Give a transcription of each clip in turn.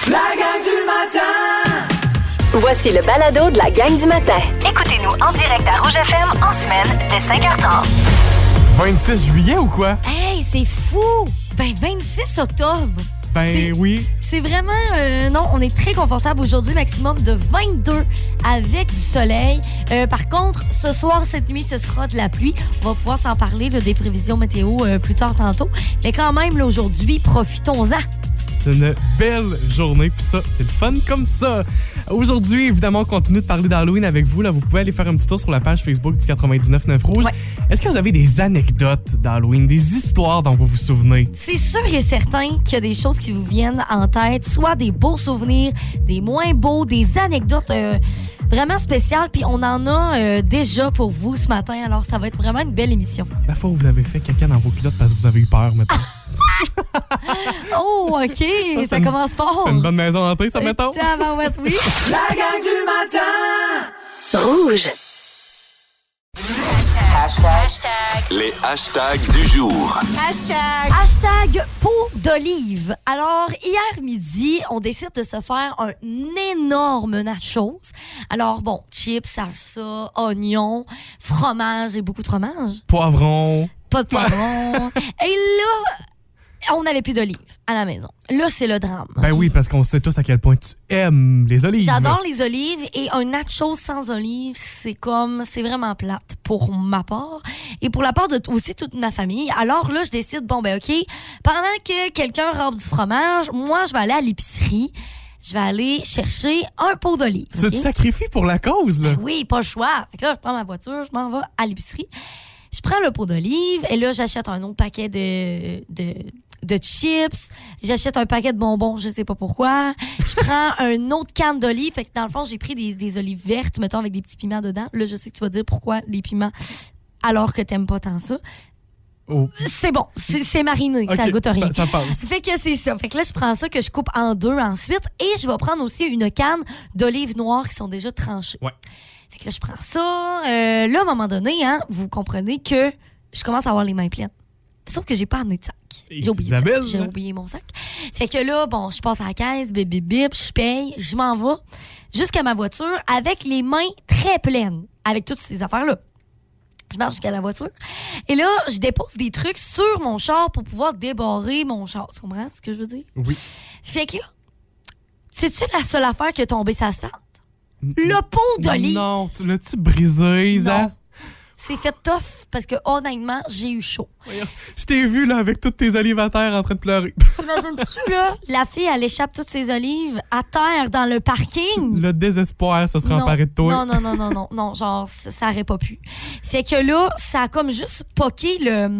La gang du matin! Voici le balado de la gang du matin. Écoutez-nous en direct à Rouge FM en semaine dès 5h30. 26 juillet ou quoi? Hey, c'est fou! 26 octobre! Oui. C'est vraiment... non, on est très confortable aujourd'hui, maximum de 22 avec du soleil. Par contre, ce soir, cette nuit, ce sera de la pluie. On va pouvoir s'en parler là, des prévisions météo plus tard tantôt. Mais quand même, là, aujourd'hui, profitons-en. C'est une belle journée, puis ça, c'est le fun comme ça. Aujourd'hui, évidemment, on continue de parler d'Halloween avec vous. Là, vous pouvez aller faire un petit tour sur la page Facebook du 99.9 Rouge. Ouais. Est-ce que vous avez des anecdotes d'Halloween, des histoires dont vous vous souvenez? C'est sûr et certain qu'il y a des choses qui vous viennent en tête, soit des beaux souvenirs, des moins beaux, des anecdotes vraiment spéciales, puis on en a déjà pour vous ce matin, alors ça va être vraiment une belle émission. La fois où vous avez fait caca dans vos culottes parce que vous avez eu peur, maintenant. Oh, OK, ça commence fort. C'est une bonne maison hantée, ça, mettons. Oui. La gang du matin! Rouge. Les hashtags du jour. Hashtag peau d'olive. Alors, hier midi, on décide de se faire un énorme nachos. Alors, bon, chips, salsa, oignons, fromage et beaucoup de fromage. Poivron. Pas de poivron. Et là, on n'avait plus d'olives à la maison. Là, c'est le drame. Ben oui, parce qu'on sait tous à quel point tu aimes les olives. J'adore les olives et un nacho sans olives, c'est vraiment plate pour ma part et pour la part de aussi toute ma famille. Alors là, je décide, OK, pendant que quelqu'un robe du fromage, moi, je vais aller à l'épicerie. Je vais aller chercher un pot d'olives. Tu te sacrifies pour la cause, là? Ben oui, pas le choix. Fait que là, je prends ma voiture, je m'en vais à l'épicerie. Je prends le pot d'olive et là, j'achète un autre paquet de chips. J'achète un paquet de bonbons, je sais pas pourquoi. Je prends un autre canne d'olive. Fait que dans le fond, j'ai pris des olives vertes, mettons, avec des petits piments dedans. Là, je sais que tu vas dire pourquoi les piments, alors que t'aimes pas tant ça. Oh. C'est bon, c'est mariné, okay, ça goûte rien. Ça passe. Fait que c'est ça. Fait que là, je prends ça que je coupe en deux ensuite et je vais prendre aussi une canne d'olives noires qui sont déjà tranchées. Ouais. Fait que là, je prends ça. Là, à un moment donné, vous comprenez que je commence à avoir les mains pleines. Sauf que j'ai pas amené de sac. J'ai oublié mon sac. Fait que là, bon, je passe à la caisse, bip, bip, bip, je paye, je m'en vais jusqu'à ma voiture avec les mains très pleines, avec toutes ces affaires-là. Je marche jusqu'à la voiture. Et là, je dépose des trucs sur mon char pour pouvoir débarrer mon char. Tu comprends ce que je veux dire? Oui. Fait que là, c'est-tu la seule affaire qui a tombé sur l'asphalte? Le pot d'olive. Non, l'as-tu brisé, Isa? Non. C'est fait tough parce que honnêtement, j'ai eu chaud. Je t'ai vu là avec toutes tes olives à terre en train de pleurer. T'imagines-tu là, la fille elle échappe toutes ses olives à terre dans le parking? Le désespoir, ça serait emparé de toi. Non, genre ça aurait pas pu. Fait que là, ça a comme juste poqué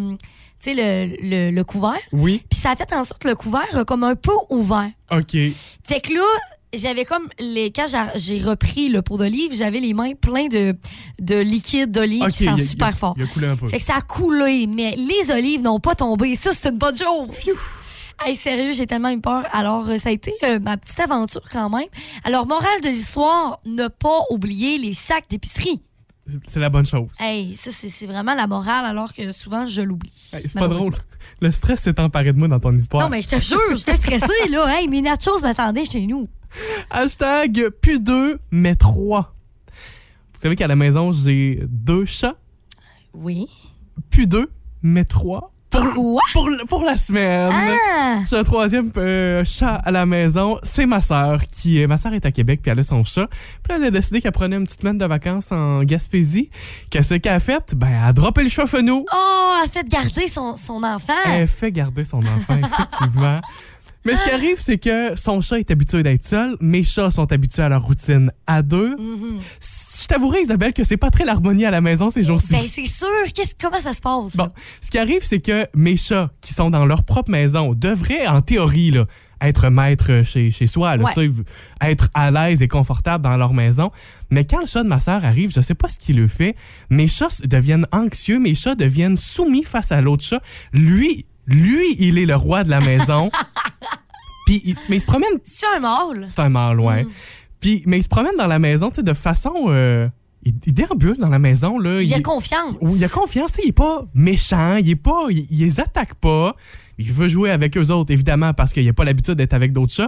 le couvert. Oui. Puis ça a fait en sorte que le couvert a comme un peu ouvert. OK. Fait que là, j'avais comme quand j'ai repris le pot d'olive, j'avais les mains pleines de liquide d'olive qui sent super fort. Il a coulé un peu. Fait que ça a coulé, mais les olives n'ont pas tombé. Ça, c'est une bonne chose. Hey, sérieux, j'ai tellement eu peur. Alors, ça a été ma petite aventure quand même. Alors, morale de l'histoire, ne pas oublier les sacs d'épicerie. C'est la bonne chose. Hey, ça, c'est vraiment la morale, alors que souvent, je l'oublie. Hey, c'est pas drôle. Le stress s'est emparé de moi dans ton histoire. Non, mais je te jure, j'étais stressée, là. Hey, mes nachos m'attendaient chez nous. Hashtag plus 2, mais 3. Vous savez qu'à la maison, j'ai 2 chats. Oui. Plus 2, mais 3. Quoi? Pour la semaine. Ah! J'ai un 3e chat à la maison. C'est ma sœur ma sœur est à Québec puis elle a son chat. Puis elle a décidé qu'elle prenait une petite semaine de vacances en Gaspésie. Qu'est-ce qu'elle a fait? Ben, elle a droppé le chat fenou. Oh, elle a fait garder son enfant. Elle fait garder son enfant, effectivement. Mais ce qui arrive, c'est que son chat est habitué d'être seul. Mes chats sont habitués à leur routine à 2. Mm-hmm. Je t'avouerai, Isabelle, que c'est pas très l'harmonie à la maison ces jours-ci. Ben, c'est sûr. Comment ça se passe? Bon, ce qui arrive, c'est que mes chats, qui sont dans leur propre maison, devraient, en théorie, là, être maîtres chez soi, là, ouais. Être à l'aise et confortable dans leur maison. Mais quand le chat de ma sœur arrive, je sais pas ce qu'il le fait, mes chats deviennent anxieux, mes chats deviennent soumis face à l'autre chat. Lui, il est le roi de la maison. Mais il se promène... C'est un mâle? C'est un mâle, ouais. Mais il se promène dans la maison, de façon... Il déambule dans la maison, là. Il a confiance. Oui, il a confiance. Il est pas méchant. Il les attaque pas. Il veut jouer avec eux autres, évidemment, parce qu'il n'a pas l'habitude d'être avec d'autres chats.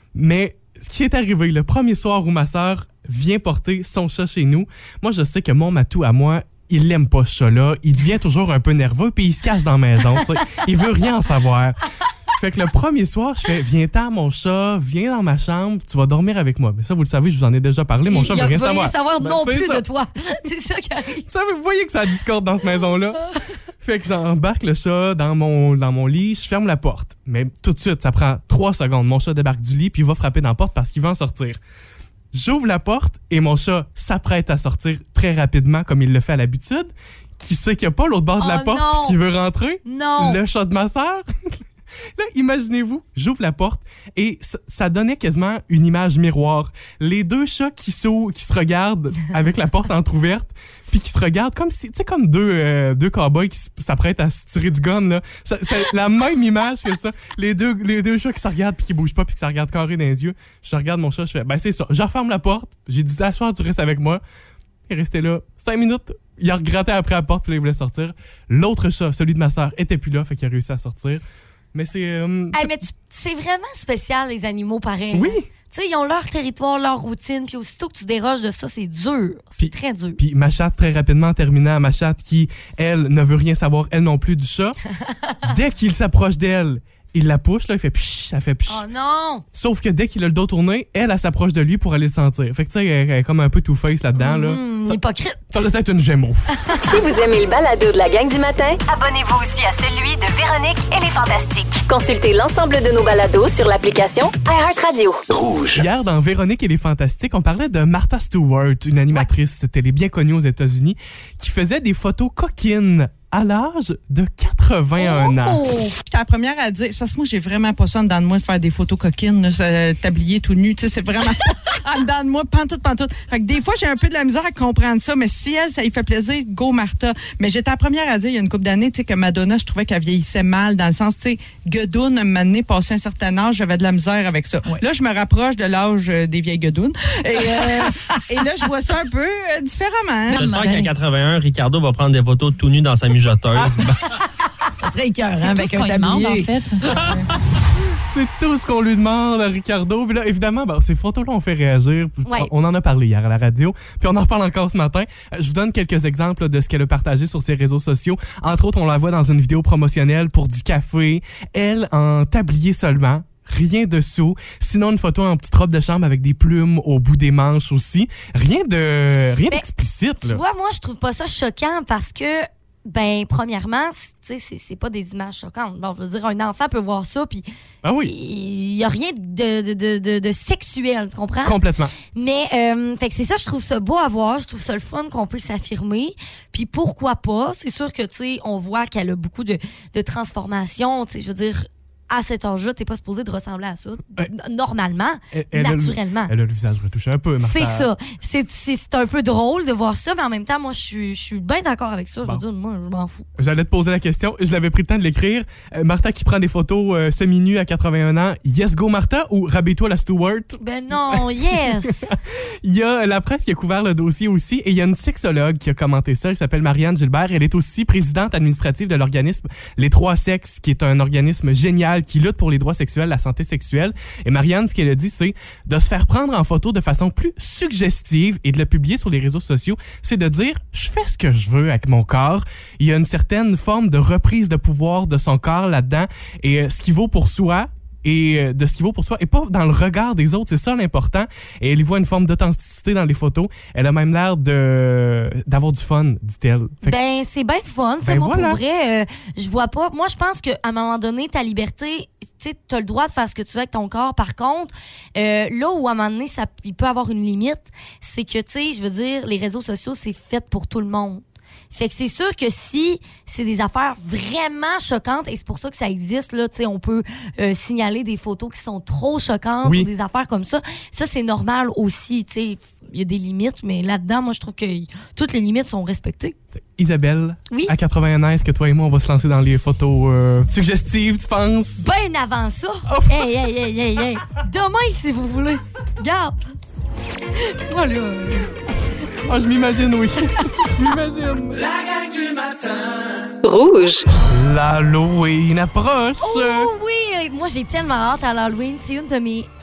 Mais ce qui est arrivé le premier soir où ma sœur vient porter son chat chez nous, moi, je sais que mon matou à moi, il l'aime pas ce chat-là. Il devient toujours un peu nerveux puis il se cache dans la maison. T'sais. Il veut rien en savoir. Fait que le premier soir, je fais « Viens-t'en, mon chat, viens dans ma chambre, tu vas dormir avec moi. » Mais ça, vous le savez, je vous en ai déjà parlé, mon chat veut rien savoir. Il veut rien savoir non plus ça. de toi. C'est ça qui arrive. Ça, vous voyez que ça discorde dans cette maison-là. Fait que j'embarque le chat dans mon lit, je ferme la porte. Mais tout de suite, ça prend 3 secondes. Mon chat débarque du lit puis il va frapper dans la porte parce qu'il va en sortir. J'ouvre la porte et mon chat s'apprête à sortir très rapidement comme il le fait à l'habitude. Qui sait qu'il n'y a pas l'autre bord de la porte puis qui veut rentrer? Non. Le chat de ma sœur? Là, imaginez-vous, j'ouvre la porte et ça donnait quasiment une image miroir. Les deux chats qui se regardent avec la porte entrouverte puis qui se regardent comme si, tu sais, comme deux cowboys qui s'apprêtent à se tirer du gun, là. C'était la même image que ça. Les deux chats qui se regardent puis qui bougent pas puis qui se regardent carré dans les yeux. Je regarde mon chat, je fais, ben c'est ça. Je referme la porte. J'ai dit, à soir, tu restes avec moi. Il est resté là 5 minutes. Il a regratté après la porte puis là, il voulait sortir. L'autre chat, celui de ma sœur, était plus là, fait qu'il a réussi à sortir. Mais c'est... c'est vraiment spécial, les animaux, pareil. Oui. Tu sais, ils ont leur territoire, leur routine, puis aussitôt que tu déroges de ça, c'est dur. C'est très dur. Puis ma chatte, très rapidement, en terminant, ma chatte qui, elle, ne veut rien savoir, elle non plus, du chat, dès qu'il s'approche d'elle, il la pousse, là, il fait psh, elle fait psh. Oh non! Sauf que dès qu'il a le dos tourné, elle s'approche de lui pour aller le sentir. Fait que tu sais, elle est comme un peu two-face là-dedans. Là. Hypocrite. Ça doit être une Gémeaux. Si vous aimez le balado de la gang du matin, abonnez-vous aussi à celui de Véronique et les Fantastiques. Consultez l'ensemble de nos balados sur l'application iHeartRadio. Rouge. Hier, dans Véronique et les Fantastiques, on parlait de Martha Stewart, une animatrice télé bien connue aux États-Unis, qui faisait des photos coquines à l'âge de 81 ans. J'étais la première à dire, parce que moi, j'ai vraiment pas ça en dedans de moi de faire des photos coquines, là, tablier tout nu, tu sais, c'est vraiment en dedans de moi, pantoute. Fait que des fois, j'ai un peu de la misère à comprendre ça, mais si elle, ça lui fait plaisir, go Martha. Mais j'étais la première à dire, il y a une couple d'années, tu sais, que Madonna, je trouvais qu'elle vieillissait mal, dans le sens, tu sais, guedoune, un moment donné, passé un certain âge, j'avais de la misère avec ça. Ouais. Là, je me rapproche de l'âge des vieilles guedounes. Et là, je vois ça un peu différemment. J'espère qu'à 81, Ricardo va prendre des photos tout nu dans sa mijoteuse. Ça serait écœurant avec un demande, en fait. C'est tout ce qu'on lui demande à Ricardo. Puis là, évidemment, ces photos-là ont fait réagir. Ouais. On en a parlé hier à la radio. Puis on en reparle encore ce matin. Je vous donne quelques exemples là, de ce qu'elle a partagé sur ses réseaux sociaux. Entre autres, on la voit dans une vidéo promotionnelle pour du café. Elle, en tablier seulement. Rien dessous. Sinon, une photo en petite robe de chambre avec des plumes au bout des manches aussi. Rien d'explicite. Tu vois, moi, je trouve pas ça choquant parce que, premièrement, tu sais, c'est pas des images choquantes. Bon, je veux dire, un enfant peut voir ça, puis il y a rien de sexuel, tu comprends? Complètement. Mais, fait que c'est ça, je trouve ça beau à voir, je trouve ça le fun qu'on peut s'affirmer, puis pourquoi pas? C'est sûr que, tu sais, on voit qu'elle a beaucoup de transformations, tu sais, je veux dire, à cet âge-là, t'es pas supposé de ressembler à ça. Normalement, naturellement. Elle a le visage retouché un peu, Martha. C'est ça. C'est un peu drôle de voir ça, mais en même temps, moi, je suis bien d'accord avec ça. Je veux dire, moi, je m'en fous. J'allais te poser la question. Je l'avais pris le temps de l'écrire. Martha qui prend des photos semi-nues à 81 ans. Yes, go, Martha, ou rabais-toi la Stewart? Ben non, yes! Il y a la presse qui a couvert le dossier aussi, et il y a une sexologue qui a commenté ça. Elle s'appelle Marianne Gilbert. Elle est aussi présidente administrative de l'organisme Les Trois Sexes, qui est un organisme génial qui lutte pour les droits sexuels, la santé sexuelle. Et Marianne, ce qu'elle a dit, c'est de se faire prendre en photo de façon plus suggestive et de le publier sur les réseaux sociaux. C'est de dire, je fais ce que je veux avec mon corps. Il y a une certaine forme de reprise de pouvoir de son corps là-dedans. Et ce qui vaut pour soi, et de ce qui vaut pour soi, et pas dans le regard des autres, c'est ça l'important. Et elle y voit une forme d'authenticité dans les photos. Elle a même l'air d'avoir du fun, dit-elle. C'est bien le fun. Moi, voilà. Pour vrai, je vois pas. Moi, je pense qu'à un moment donné, ta liberté, tu as le droit de faire ce que tu veux avec ton corps. Par contre, là où à un moment donné, il peut avoir une limite, c'est que, tu sais, je veux dire, les réseaux sociaux, c'est fait pour tout le monde. Fait que c'est sûr que si c'est des affaires vraiment choquantes, et c'est pour ça que ça existe, là, tu sais, on peut signaler des photos qui sont trop choquantes ou des affaires comme ça. Ça, c'est normal aussi, tu sais. Il y a des limites, mais là-dedans, moi, je trouve que toutes les limites sont respectées. Isabelle, à 81 ans, est-ce que toi et moi, on va se lancer dans les photos suggestives, tu penses? Ben avant ça! Oh. Hey! Demain, si vous voulez. Regarde! Moi, là... je m'imagine, oui. Je m'imagine. La gang du matin. Rouge. L'Halloween approche. Oh oui! Moi, j'ai tellement hâte à l'Halloween. C'est une de mes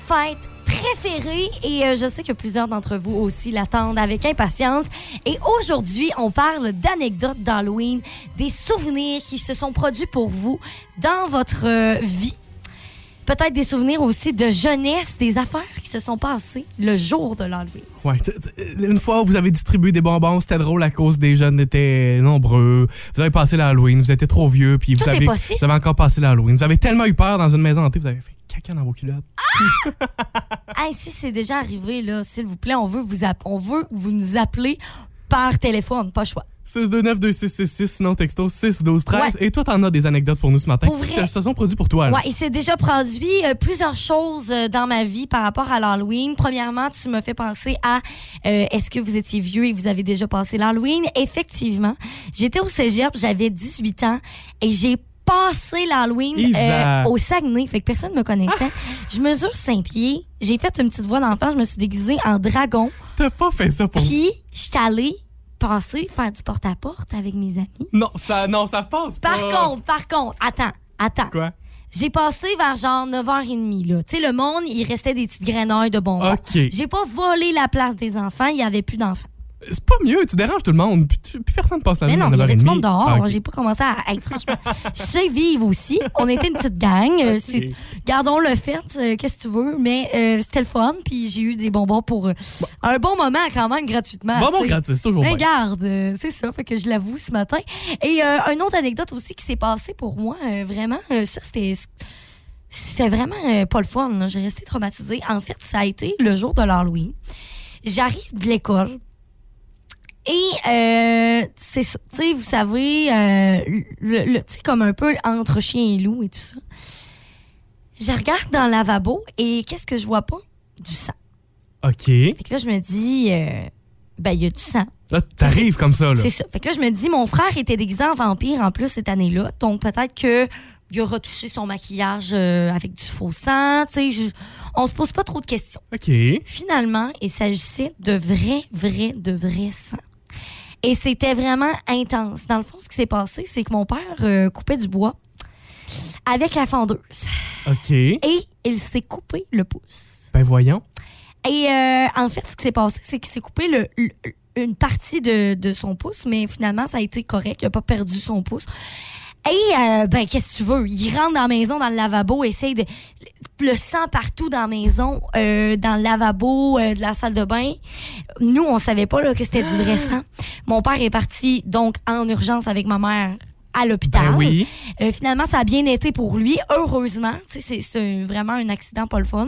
fête préférée et je sais que plusieurs d'entre vous aussi l'attendent avec impatience. Et aujourd'hui, on parle d'anecdotes d'Halloween, des souvenirs qui se sont produits pour vous dans votre vie. Peut-être des souvenirs aussi de jeunesse, des affaires qui se sont passées le jour de l'Halloween. Ouais, une fois où vous avez distribué des bonbons, c'était drôle à cause des jeunes étaient nombreux. Vous avez passé l'Halloween, vous étiez trop vieux, puis vous avez encore passé l'Halloween. Vous avez tellement eu peur dans une maison hantée, vous avez fait caca dans vos culottes. Hey, si c'est déjà arrivé, là, s'il vous plaît, on veut vous nous appeler par téléphone, pas choix. 629-2666, sinon texto 612-13. Ouais. Et toi, t'en as des anecdotes pour nous ce matin qui se sont produits pour toi. Oui, il s'est déjà produit plusieurs choses dans ma vie par rapport à l'Halloween. Premièrement, tu me fais penser à est-ce que vous étiez vieux et vous avez déjà passé l'Halloween? Effectivement, j'étais au cégep, j'avais 18 ans et j'ai passé l'Halloween au Saguenay. Fait que personne ne me connaissait. Je mesure 5 pieds. J'ai fait une petite voix d'enfant. Je me suis déguisée en dragon. T'as pas fait ça pour moi. Puis, je suis allée faire du porte-à-porte avec mes amis. Non, ça passe pas. Par contre, attends. Quoi? J'ai passé vers genre 9h30, là. Tu sais, le monde, il restait des petites grenailles de bonbons. OK. J'ai pas volé la place des enfants. Il y avait plus d'enfants. C'est pas mieux, tu déranges tout le monde. Puis personne passe la nuit. Mais non, il y avait du monde dehors. Ah, okay. J'ai pas commencé à être franchement. Je sais vivre aussi. On était une petite gang. Okay. Gardons le fait, qu'est-ce que tu veux. Mais c'était le fun. Puis j'ai eu des bonbons pour un bon moment quand même gratuitement. Bonbons gratis, c'est toujours bon. Regarde, c'est ça. Fait que je l'avoue ce matin. Et une autre anecdote aussi qui s'est passée pour moi, vraiment, ça c'était vraiment pas le fun. Là. J'ai resté traumatisée. En fait, ça a été le jour de l'Halloween. J'arrive de l'école. Et c'est ça, tu sais, vous savez, tu sais, comme un peu entre chien et loup et tout ça. Je regarde dans le lavabo et qu'est-ce que je vois pas? Du sang. OK. Fait que là, je me dis, il y a du sang. Là, t'arrives comme ça, là. C'est ça. Fait que là, je me dis, mon frère était déguisé en vampire en plus cette année-là. Donc, peut-être qu'il a retouché son maquillage avec du faux sang. Tu sais, on se pose pas trop de questions. OK. Finalement, il s'agissait de vrai sang. Et c'était vraiment intense. Dans le fond, ce qui s'est passé, c'est que mon père coupait du bois avec la fendeuse. OK. Et il s'est coupé le pouce. Ben voyons. Et en fait, ce qui s'est passé, c'est qu'il s'est coupé une partie de son pouce, mais finalement, ça a été correct. Il n'a pas perdu son pouce. Et, qu'est-ce que tu veux? Il rentre dans la maison, dans le lavabo, essaye de... Le sang partout dans la maison, dans le lavabo, de la salle de bain. Nous, on savait pas là, que c'était du vrai sang. Mon père est parti, donc, en urgence avec ma mère à l'hôpital. Ben oui. Finalement, ça a bien été pour lui, heureusement. C'est vraiment un accident pas le fun.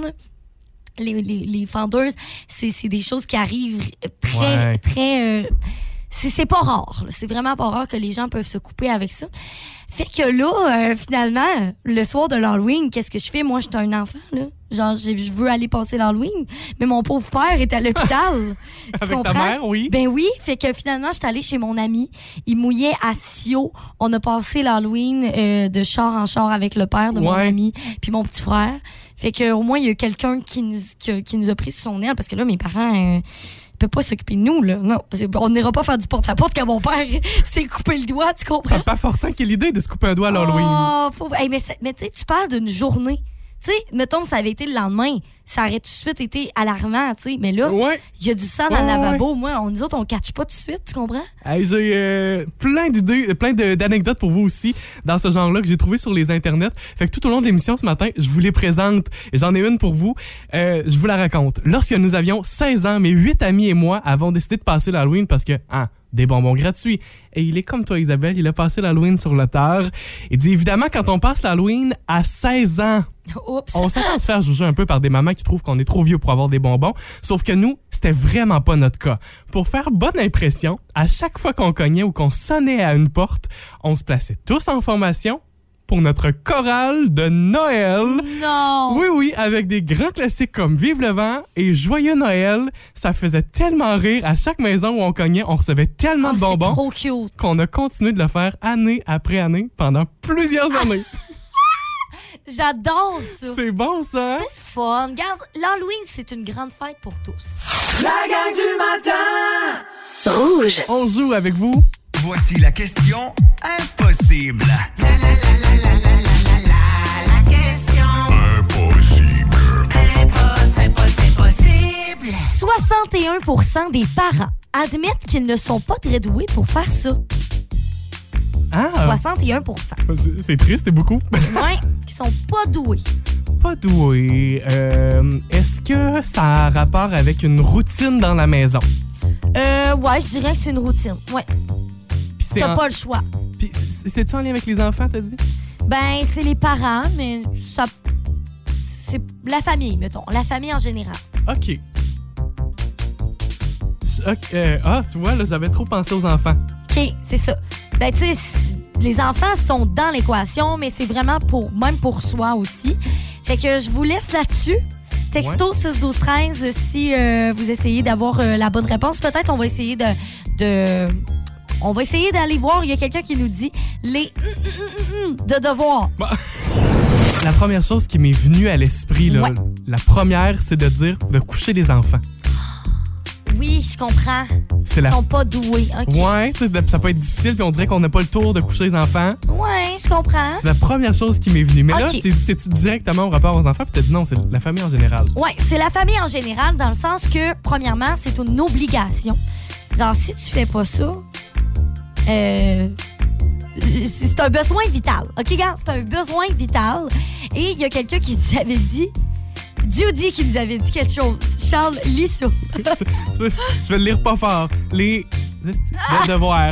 Les fendeuses, c'est des choses qui arrivent très... C'est pas rare. C'est vraiment pas rare que les gens peuvent se couper avec ça. Fait que là, finalement, le soir de l'Halloween, qu'est-ce que je fais? Moi, j'étais un enfant, là. Genre, je veux aller passer l'Halloween, mais mon pauvre père est à l'hôpital. Tu comprends? Ta mère, oui. Ben oui. Fait que finalement, j'étais allée chez mon ami. Il mouillait à Sio. On a passé l'Halloween de char en char avec le père de mon ami puis mon petit frère. Fait que au moins, il y a quelqu'un qui nous a pris sous son aile parce que là, mes parents... peut pas s'occuper de nous, là. Non, on n'ira pas faire du porte-à-porte quand mon père s'est coupé le doigt, tu comprends? Pas Fortin qui a l'idée de se couper un doigt à l'Halloween. Oh, pauvre. Hey, mais tu sais, tu parles d'une journée. Tu sais, mettons, ça avait été le lendemain. Ça aurait tout de suite été alarmant, tu sais. Mais là, il y a du sang dans le lavabo. Moi, nous autres, on ne catch pas tout de suite, tu comprends? Hey, j'ai plein d'idées, plein d'anecdotes pour vous aussi dans ce genre-là que j'ai trouvé sur les internets. Fait que tout au long de l'émission ce matin, je vous les présente. Et j'en ai une pour vous. Je vous la raconte. Lorsque nous avions 16 ans, mes 8 amis et moi avons décidé de passer l'Halloween parce que, des bonbons gratuits. Et il est comme toi, Isabelle, il a passé l'Halloween sur le tard. Il dit, évidemment, quand on passe l'Halloween à 16 ans, oups. On s'attend à se faire juger un peu par des mamans qui trouvent qu'on est trop vieux pour avoir des bonbons. Sauf que nous, c'était vraiment pas notre cas. Pour faire bonne impression, à chaque fois qu'on cognait ou qu'on sonnait à une porte, on se plaçait tous en formation pour notre chorale de Noël. Non! Oui, avec des grands classiques comme Vive le vent et Joyeux Noël. Ça faisait tellement rire. À chaque maison où on cognait, on recevait tellement de bonbons. C'est trop cute. Qu'on a continué de le faire année après année pendant plusieurs années. J'adore ça. C'est bon, ça. Hein? C'est fun. Regarde, l'Halloween, c'est une grande fête pour tous. La gang du matin. Rouge. On joue avec vous. Voici la question impossible. La question impossible. Impossible. 61% des parents admettent qu'ils ne sont pas très doués pour faire ça. Ah! 61%. C'est triste, c'est beaucoup. Ouais, qui sont pas doués. Pas doués. Est-ce que ça a rapport avec une routine dans la maison? Ouais, je dirais que c'est une routine. Ouais. T'as pas le choix. Puis c'est-tu en lien avec les enfants, t'as dit? Ben, c'est les parents, mais ça... c'est la famille, mettons. La famille en général. OK. Tu vois, là, j'avais trop pensé aux enfants. OK, c'est ça. Ben, tu sais, les enfants sont dans l'équation, mais c'est vraiment même pour soi aussi. Fait que je vous laisse là-dessus. Texto 6-12-13 si vous essayez d'avoir la bonne réponse. Peut-être on va essayer on va essayer d'aller voir. Il y a quelqu'un qui nous dit les de devoir. La première chose qui m'est venue à l'esprit, là, la première, c'est de dire de coucher les enfants. Oui, je comprends. Ils sont pas doués. Okay. Ouais, ça peut être difficile, puis on dirait qu'on n'a pas le tour de coucher les enfants. Ouais, je comprends. C'est la première chose qui m'est venue. Mais là, c'est-tu directement au rapport aux enfants, puis t'as dit non, c'est la famille en général. Ouais, c'est la famille en général, dans le sens que, premièrement, c'est une obligation. Genre, si tu fais pas ça, c'est un besoin vital. OK, gars, c'est un besoin vital. Et il y a quelqu'un qui nous avait dit... Judy qui nous avait dit quelque chose. Charles, lis ça. Je vais le lire pas fort. Les devoirs.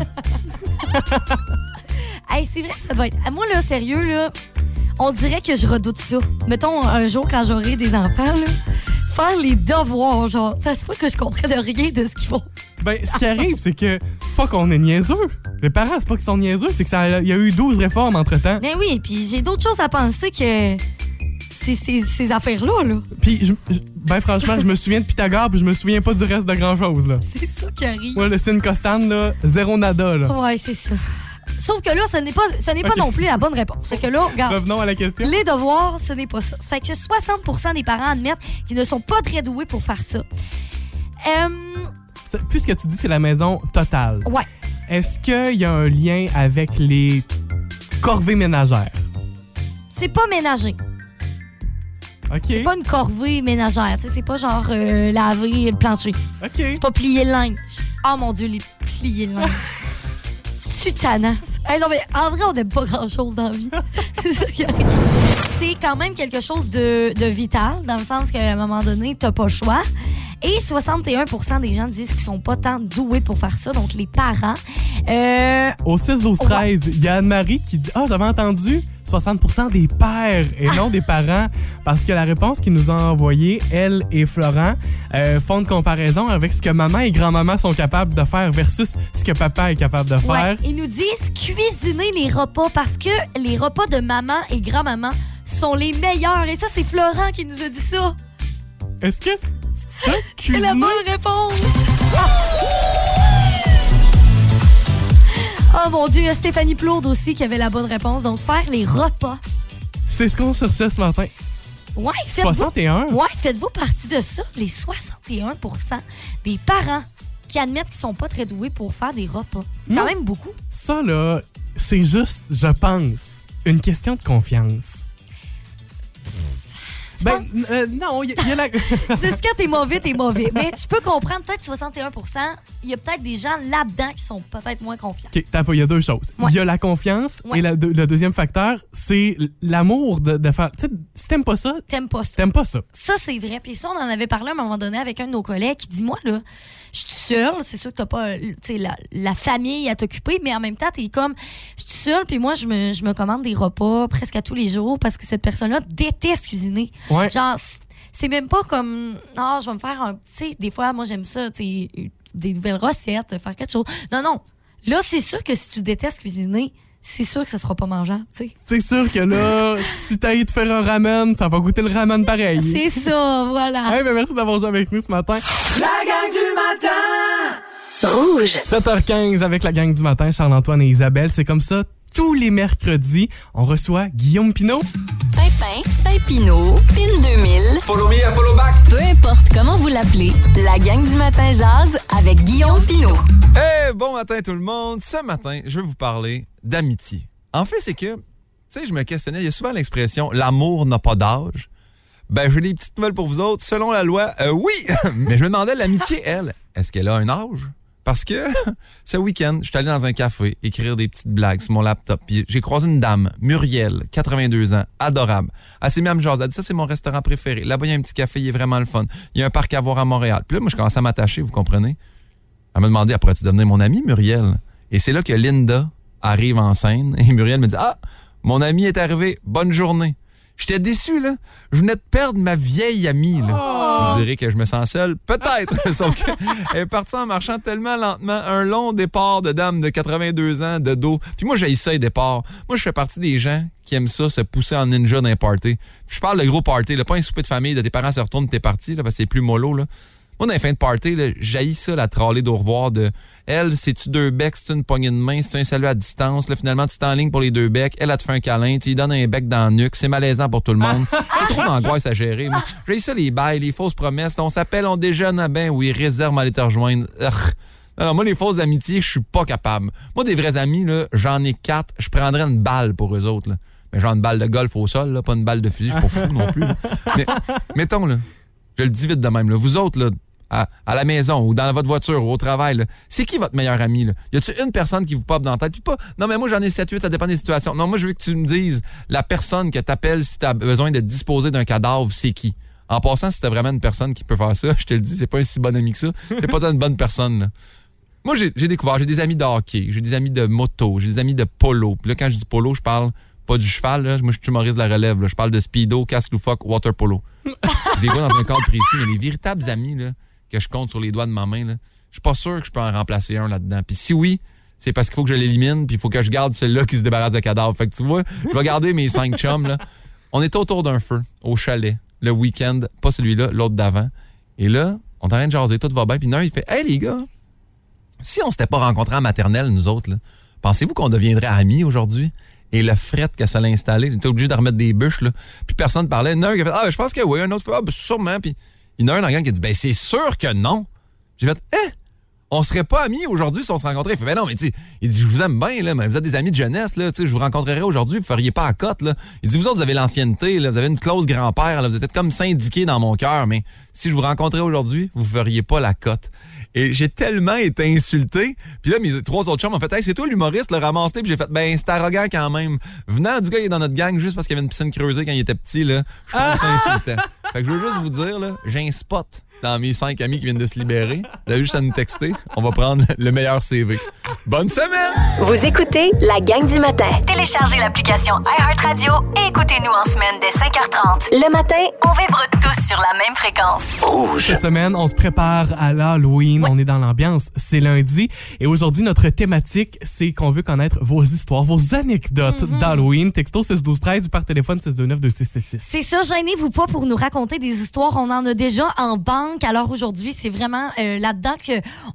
Hey, c'est vrai que ça doit être... Moi, là, sérieux, là, on dirait que je redoute ça. Mettons, un jour, quand j'aurai des enfants, là, faire les devoirs, genre, ça se peut que je comprenne rien de ce qu'ils font. Ben, ce qui arrive, c'est que c'est pas qu'on est niaiseux. Les parents, c'est pas qu'ils sont niaiseux, c'est qu'il y a eu 12 réformes entre-temps. Ben oui, puis j'ai d'autres choses à penser que... Ces affaires-là, là. Puis, ben franchement, je me souviens de Pythagore, puis je me souviens pas du reste de grand-chose, là. C'est ça qui arrive. Ouais, le signe costane, là, zéro nada, là. Ouais, c'est ça. Sauf que là, ce n'est pas non plus la bonne réponse. C'est que là, regarde. Revenons à la question. Les devoirs, ce n'est pas ça. Ça fait que 60% des parents admettent qu'ils ne sont pas très doués pour faire ça. Puisque tu dis c'est la maison totale. Ouais. Est-ce qu'il y a un lien avec les corvées ménagères? C'est pas ménager. OK. C'est pas une corvée ménagère. C'est pas genre laver le plancher. OK. C'est pas plier le linge. Oh mon Dieu, les plier le linge. Sutanas. Hey, non, mais en vrai, on n'aime pas grand-chose dans la vie. C'est ça qui arrive. C'est quand même quelque chose de vital, dans le sens qu'à un moment donné, t'as pas le choix. Et 61% des gens disent qu'ils sont pas tant doués pour faire ça, donc les parents. Au 6-12-13, il y a Anne-Marie qui dit « Ah, j'avais entendu 60% des pères et non des parents. » Parce que la réponse qu'ils nous ont envoyée, elle et Florent, font une comparaison avec ce que maman et grand-maman sont capables de faire versus ce que papa est capable de faire. Ils nous disent cuisiner les repas parce que les repas de maman et grand-maman sont les meilleurs. Et ça, c'est Florent qui nous a dit ça. Est-ce que c'est ça, cuisiner? C'est la bonne réponse! Oh mon Dieu, il y a Stéphanie Plourde aussi qui avait la bonne réponse. Donc, faire les repas. C'est ce qu'on cherchait ce matin. Ouais, 61? Ouais, faites-vous partie de ça, les 61% des parents qui admettent qu'ils sont pas très doués pour faire des repas. C'est quand même beaucoup. Ça, là, c'est juste, je pense, une question de confiance. Non, il y a la... C'est ce que t'es mauvais. Mais je peux comprendre, peut-être 61%, il y a peut-être des gens là-dedans qui sont peut-être moins confiants. OK, il y a deux choses. Il y a la confiance et le deuxième facteur, c'est l'amour de faire... Tu sais, si t'aimes pas ça... T'aimes pas ça. T'aimes pas ça. Ça, c'est vrai. Puis ça, on en avait parlé à un moment donné avec un de nos collègues qui dit, moi, là, je suis seule. C'est sûr que t'as pas la famille à t'occuper, mais en même temps, t'es comme, je suis seule, puis moi, je me commande des repas presque à tous les jours parce que cette personne-là déteste cuisiner. Ouais. Genre, c'est même pas comme, je vais me faire un... Tu sais, des fois, moi, j'aime ça, tu sais, des nouvelles recettes, faire quelque chose. Non. Là, c'est sûr que si tu détestes cuisiner, c'est sûr que ça sera pas mangeable, tu sais. C'est sûr que là, si t'as envie de faire un ramen, ça va goûter le ramen pareil. C'est ça, voilà. Hey, merci d'avoir joué avec nous ce matin. La gang du matin! Rouge. 7h15 avec la gang du matin, Charles-Antoine et Isabelle. C'est comme ça, tous les mercredis, on reçoit Guillaume Pinault. Pinot, Pin 2000. Follow me and follow back. Peu importe comment vous l'appelez, la gang du matin jase avec Guillaume Pinault. Hey, bon matin tout le monde. Ce matin, je vais vous parler d'amitié. En fait, c'est que, tu sais, je me questionnais, il y a souvent l'expression « l'amour n'a pas d'âge ». Ben, j'ai des petites nouvelles pour vous autres. Selon la loi, oui! Mais je me demandais, l'amitié, elle, est-ce qu'elle a un âge? Parce que ce week-end, je suis allé dans un café écrire des petites blagues sur mon laptop. Puis j'ai croisé une dame, Muriel, 82 ans, adorable. Elle s'est mise à me jaser. Elle a dit, ça, c'est mon restaurant préféré. Là-bas, il y a un petit café, il est vraiment le fun. Il y a un parc à voir à Montréal. Puis là, moi, je commençais à m'attacher, vous comprenez? Elle m'a demandé, pourrais-tu devenir mon amie, Muriel? Et c'est là que Linda arrive en scène. Et Muriel me dit, ah, mon ami est arrivé. Bonne journée. J'étais déçu, là. Je venais de perdre ma vieille amie, là. Vous direz que je me sens seul? Peut-être. Sauf qu'elle est partie en marchant tellement lentement. Un long départ de dame de 82 ans, de dos. Puis moi, j'ai ça, les départs. Moi, je fais partie des gens qui aiment ça, se pousser en ninja dans les parties. Puis je parle de gros party, là. Pas un souper de famille, de tes parents se retournent, t'es parti, là, parce que c'est plus mollo, là. Moi, dans les fins de party, j'haïs ça, la tralée d'au revoir de elle, c'est-tu 2 becs, c'est-tu une poignée de main, c'est un salut à distance. Là, finalement, tu t'enlignes pour les 2 becs. Elle te fait un câlin, tu lui donnes un bec dans la nuque. C'est malaisant pour tout le monde. C'est trop d'angoisse à gérer. Moi, j'haïs ça, les bails, les fausses promesses. On s'appelle, on déjeune, ah ben oui, réserve à aller te rejoindre. Alors, moi, les fausses amitiés, je suis pas capable. Moi, des vrais amis, là, j'en ai 4. Je prendrais une balle pour eux autres. Là. Mais genre une balle de golf au sol, là, pas une balle de fusil. Je suis pas fou non plus. Là. Mais mettons, là, je le dis vite de même. Là, vous autres, là, à la maison ou dans votre voiture ou au travail, là, c'est qui votre meilleur ami? Là? Y a-tu une personne qui vous pop dans la tête? Puis pas, non, mais moi, j'en ai 7-8, ça dépend des situations. Non, moi, je veux que tu me dises la personne que t'appelles si t'as besoin de disposer d'un cadavre, c'est qui? En passant, si t'as vraiment une personne qui peut faire ça, je te le dis, c'est pas un si bon ami que ça. C'est pas tant une bonne personne, là. Moi, j'ai découvert, j'ai des amis de hockey, j'ai des amis de moto, j'ai des amis de polo. Puis là, quand je dis polo, je parle pas du cheval, là. Moi, je suis humoriste de la relève, là. Je parle de speedo, casque loufoque, water polo. Je les vois dans un cadre précis, mais les véritables amis, là, que je compte sur les doigts de ma main, là, je suis pas sûr que je peux en remplacer un là-dedans. Puis si oui, c'est parce qu'il faut que je l'élimine, puis il faut que je garde celui-là qui se débarrasse de cadavre. Fait que tu vois, je vais garder mes 5 chums, là. On était autour d'un feu, au chalet, le week-end, pas celui-là, l'autre d'avant. Et là, on est en train de jaser, tout va bien, puis il fait « Hey les gars, si on s'était pas rencontrés en maternelle, nous autres, là, pensez-vous qu'on deviendrait amis aujourd'hui? » Et le fret que ça l'a installé, il était obligé de remettre des bûches, là. Puis personne parlait. Il y en a un qui a fait « Ah, ben, je pense que oui. » Un autre fait « Ah, ben, sûrement. » Puis il y en a un dans le gang qui a dit « Ben, c'est sûr que non. » J'ai fait « On serait pas amis aujourd'hui si on se rencontrait. » Il fait « Ben non, mais tu sais, il dit « Je vous aime bien, là, mais vous êtes des amis de jeunesse, là. Tu sais, je vous rencontrerais aujourd'hui, vous feriez pas à cote, là. » Il dit « Vous autres, vous avez l'ancienneté, là. Vous avez une clause grand-père, là. Vous êtes comme syndiqués dans mon cœur, mais si je vous rencontrais aujourd'hui, vous feriez pas la cote. » Et j'ai tellement été insulté. Puis là, mes 3 autres chums m'ont fait « Hey, c'est toi l'humoriste, le ramassé. » Puis j'ai fait « Ben, c'est arrogant quand même. Venant du gars qui est dans notre gang juste parce qu'il y avait une piscine creusée quand il était petit, là, je trouve ça insultant. » Fait que je veux juste vous dire, là, j'ai un spot dans mes 5 amis qui viennent de se libérer. Vous avez juste à nous texter. On va prendre le meilleur CV. Bonne semaine! Vous écoutez la gang du matin. Téléchargez l'application iHeartRadio et écoutez-nous en semaine dès 5h30. Le matin, on vibre tous sur la même fréquence. Rouge. Cette semaine, on se prépare à l'Halloween. Ouais. On est dans l'ambiance. C'est lundi. Et aujourd'hui, notre thématique, c'est qu'on veut connaître vos histoires, vos anecdotes d'Halloween. Texto 612-13 ou par téléphone 629-2666. C'est ça, gênez-vous pas pour nous raconter des histoires. On en a déjà en banque. Alors aujourd'hui, c'est vraiment là-dedans que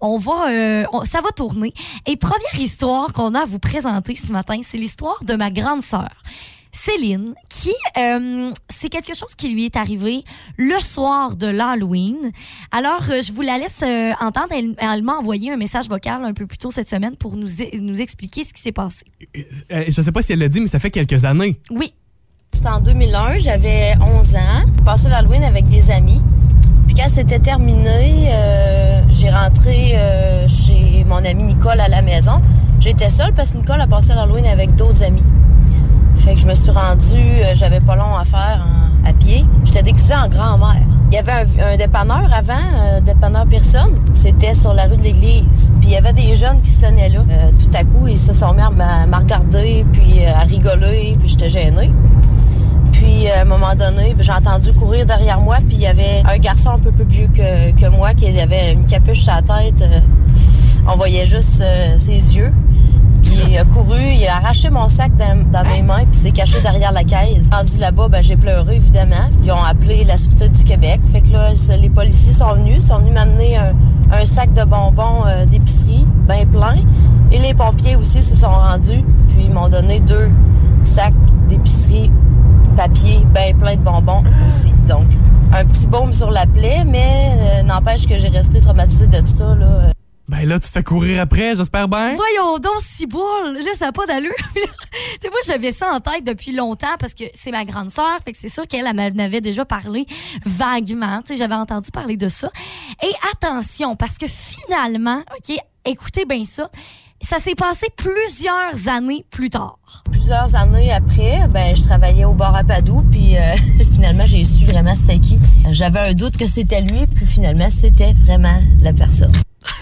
ça va tourner. Et première histoire qu'on a à vous présenter ce matin, c'est l'histoire de ma grande sœur, Céline, qui, c'est quelque chose qui lui est arrivé le soir de l'Halloween. Alors, je vous la laisse entendre. Elle m'a envoyé un message vocal un peu plus tôt cette semaine pour nous expliquer ce qui s'est passé. Je sais pas si elle l'a dit, mais ça fait quelques années. Oui. C'était en 2001, j'avais 11 ans. J'ai passé l'Halloween avec des amis. Puis quand c'était terminé, j'ai rentré chez mon amie Nicole à la maison. J'étais seule parce que Nicole a passé l'Halloween avec d'autres amis. Fait que je me suis rendue, j'avais pas long à faire à pied. J'étais déguisée en grand-mère. Il y avait un dépanneur avant, un dépanneur Pearson. C'était sur la rue de l'église. Puis il y avait des jeunes qui se tenaient là. Tout à coup, ils se sont mis à me regarder, puis à rigoler, puis j'étais gênée. Puis, à un moment donné, j'ai entendu courir derrière moi, puis il y avait un garçon un peu plus vieux que moi qui avait une capuche sur la tête. On voyait juste ses yeux. Puis, il a couru, il a arraché mon sac dans mes mains, puis s'est caché derrière la caisse. Rendu là-bas, j'ai pleuré, évidemment. Ils ont appelé la Sûreté du Québec. Fait que là, les policiers sont venus m'amener un sac de bonbons d'épicerie, bien plein. Et les pompiers aussi se sont rendus, puis ils m'ont donné 2 sacs d'épicerie papier, bien plein de bonbons aussi. Donc, un petit baume sur la plaie, mais n'empêche que j'ai resté traumatisée de tout ça, là. Ben là, tu te fais courir après, j'espère bien. Voyons donc, ciboule. Là, ça n'a pas d'allure. Tu sais, moi, j'avais ça en tête depuis longtemps parce que c'est ma grande sœur. Fait que c'est sûr qu'elle m'en avait déjà parlé vaguement. Tu sais, j'avais entendu parler de ça. Et attention, parce que finalement, OK, écoutez bien ça. Ça s'est passé plusieurs années plus tard. Plusieurs années après, je travaillais au bar à Padoue, puis finalement, j'ai su vraiment c'était qui. J'avais un doute que c'était lui, puis finalement, c'était vraiment la personne.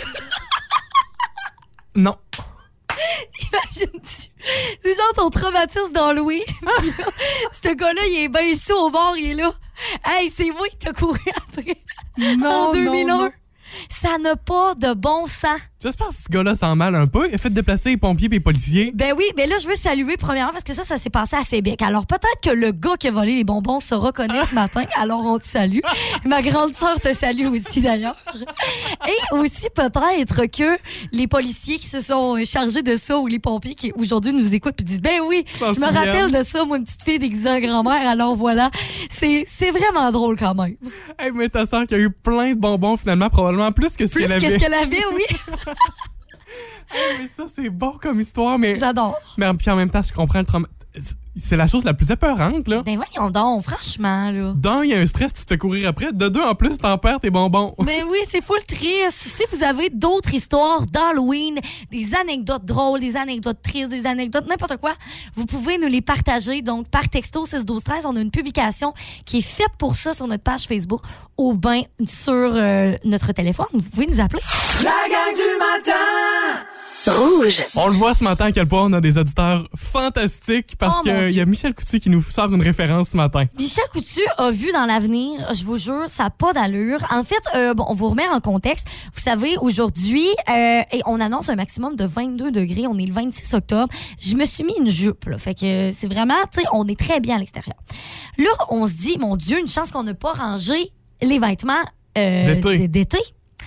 Non. Imagine-tu? C'est genre ton traumatisme d'Halloween. Ce gars-là, il est bien sous au bar, il est là. Hey, c'est moi qui t'ai couru après. Non, en 2001. non. Ça n'a pas de bon sens. J'espère que ce gars-là s'en mêle un peu. Il a fait déplacer les pompiers et les policiers. Ben oui, mais là, je veux saluer premièrement parce que ça s'est passé à Sébec. Alors, peut-être que le gars qui a volé les bonbons se reconnaît ce matin. Alors, on te salue. Ma grande sœur te salue aussi, d'ailleurs. Et aussi, peut-être que les policiers qui se sont chargés de ça ou les pompiers qui, aujourd'hui, nous écoutent puis disent, ben oui, je me rappelle de ça, moi, une petite fille déguisée en grand-mère. Alors, voilà. C'est vraiment drôle quand même. Hey, mais ta sœur qui a eu plein de bonbons, finalement, probablement plus que ce qu'elle avait. Plus que ce qu'elle avait, oui. Hey, mais ça, c'est bon comme histoire, mais... J'adore. Mais puis en même temps, je comprends le trauma. C'est la chose la plus épeurante, là. Ben voyons donc, franchement, là. D'un, il y a un stress, tu te fais courir après. De deux, en plus, t'en perds tes bonbons. Ben oui, c'est full triste. Si vous avez d'autres histoires d'Halloween, des anecdotes drôles, des anecdotes tristes, des anecdotes n'importe quoi, vous pouvez nous les partager. Donc, par texto 612-13, on a une publication qui est faite pour ça sur notre page Facebook ou bien sur notre téléphone. Vous pouvez nous appeler. La gang du matin! Rouge. On le voit ce matin à quel point on a des auditeurs fantastiques parce qu'il y a Michel Coutu qui nous sort une référence ce matin. Michel Coutu a vu dans l'avenir, je vous jure, ça n'a pas d'allure. En fait, on vous remet en contexte. Vous savez, aujourd'hui, et on annonce un maximum de 22 degrés. On est le 26 octobre. Je me suis mis une jupe. Là, fait que c'est vraiment, tu sais, on est très bien à l'extérieur. Là, on se dit, mon Dieu, une chance qu'on n'a pas rangé les vêtements d'été.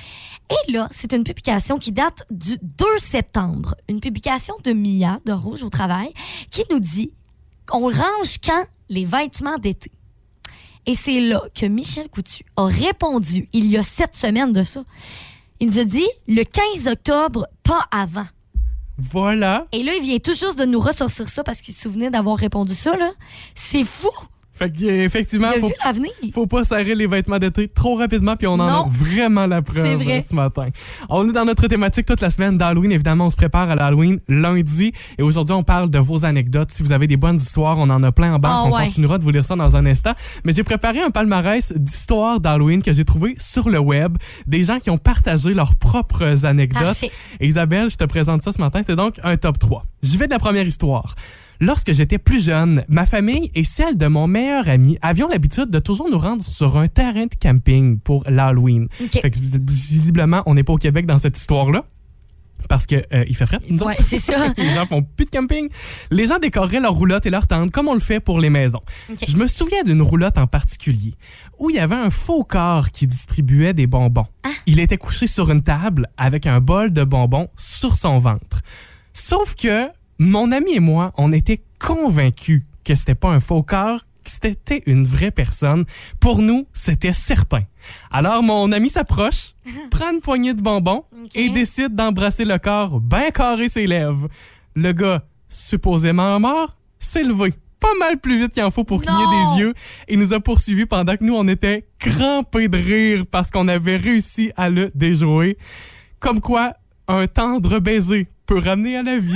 Et là, c'est une publication qui date du 2 septembre. Une publication de Mia, de Rouge au travail, qui nous dit on range quand les vêtements d'été. Et c'est là que Michel Coutu a répondu, il y a 7 semaines de ça. Il nous a dit le 15 octobre, pas avant. Voilà. Et là, il vient tout juste de nous ressortir ça parce qu'il se souvenait d'avoir répondu ça, là. C'est fou! Fait qu'effectivement, faut pas serrer les vêtements d'été trop rapidement, puis on en a vraiment la preuve ce matin. On est dans notre thématique toute la semaine d'Halloween. Évidemment, on se prépare à l'Halloween lundi. Et aujourd'hui, on parle de vos anecdotes. Si vous avez des bonnes histoires, on en a plein en bas. On continuera de vous lire ça dans un instant. Mais j'ai préparé un palmarès d'histoires d'Halloween que j'ai trouvé sur le web. Des gens qui ont partagé leurs propres anecdotes. Parfait. Et Isabelle, je te présente ça ce matin. C'est donc un top 3. J'y vais de la première histoire. Lorsque j'étais plus jeune, ma famille et celle de mon meilleur ami avions l'habitude de toujours nous rendre sur un terrain de camping pour l'Halloween. Okay. Fait que visiblement, on n'est pas au Québec dans cette histoire-là. Parce que il fait frais. Ouais, c'est ça. Les gens font plus de camping. Les gens décoraient leurs roulottes et leurs tentes comme on le fait pour les maisons. Okay. Je me souviens d'une roulotte en particulier où il y avait un faux corps qui distribuait des bonbons. Ah. Il était couché sur une table avec un bol de bonbons sur son ventre. Sauf que mon ami et moi, on était convaincus que c'était pas un faux corps, que c'était une vraie personne. Pour nous, c'était certain. Alors, mon ami s'approche, prend une poignée de bonbons et décide d'embrasser le corps bien carré ses lèvres. Le gars, supposément mort, s'est levé pas mal plus vite qu'il en faut pour cligner des yeux et nous a poursuivis pendant que nous, on était crampés de rire parce qu'on avait réussi à le déjouer. Comme quoi, un tendre baiser peut ramener à la vie.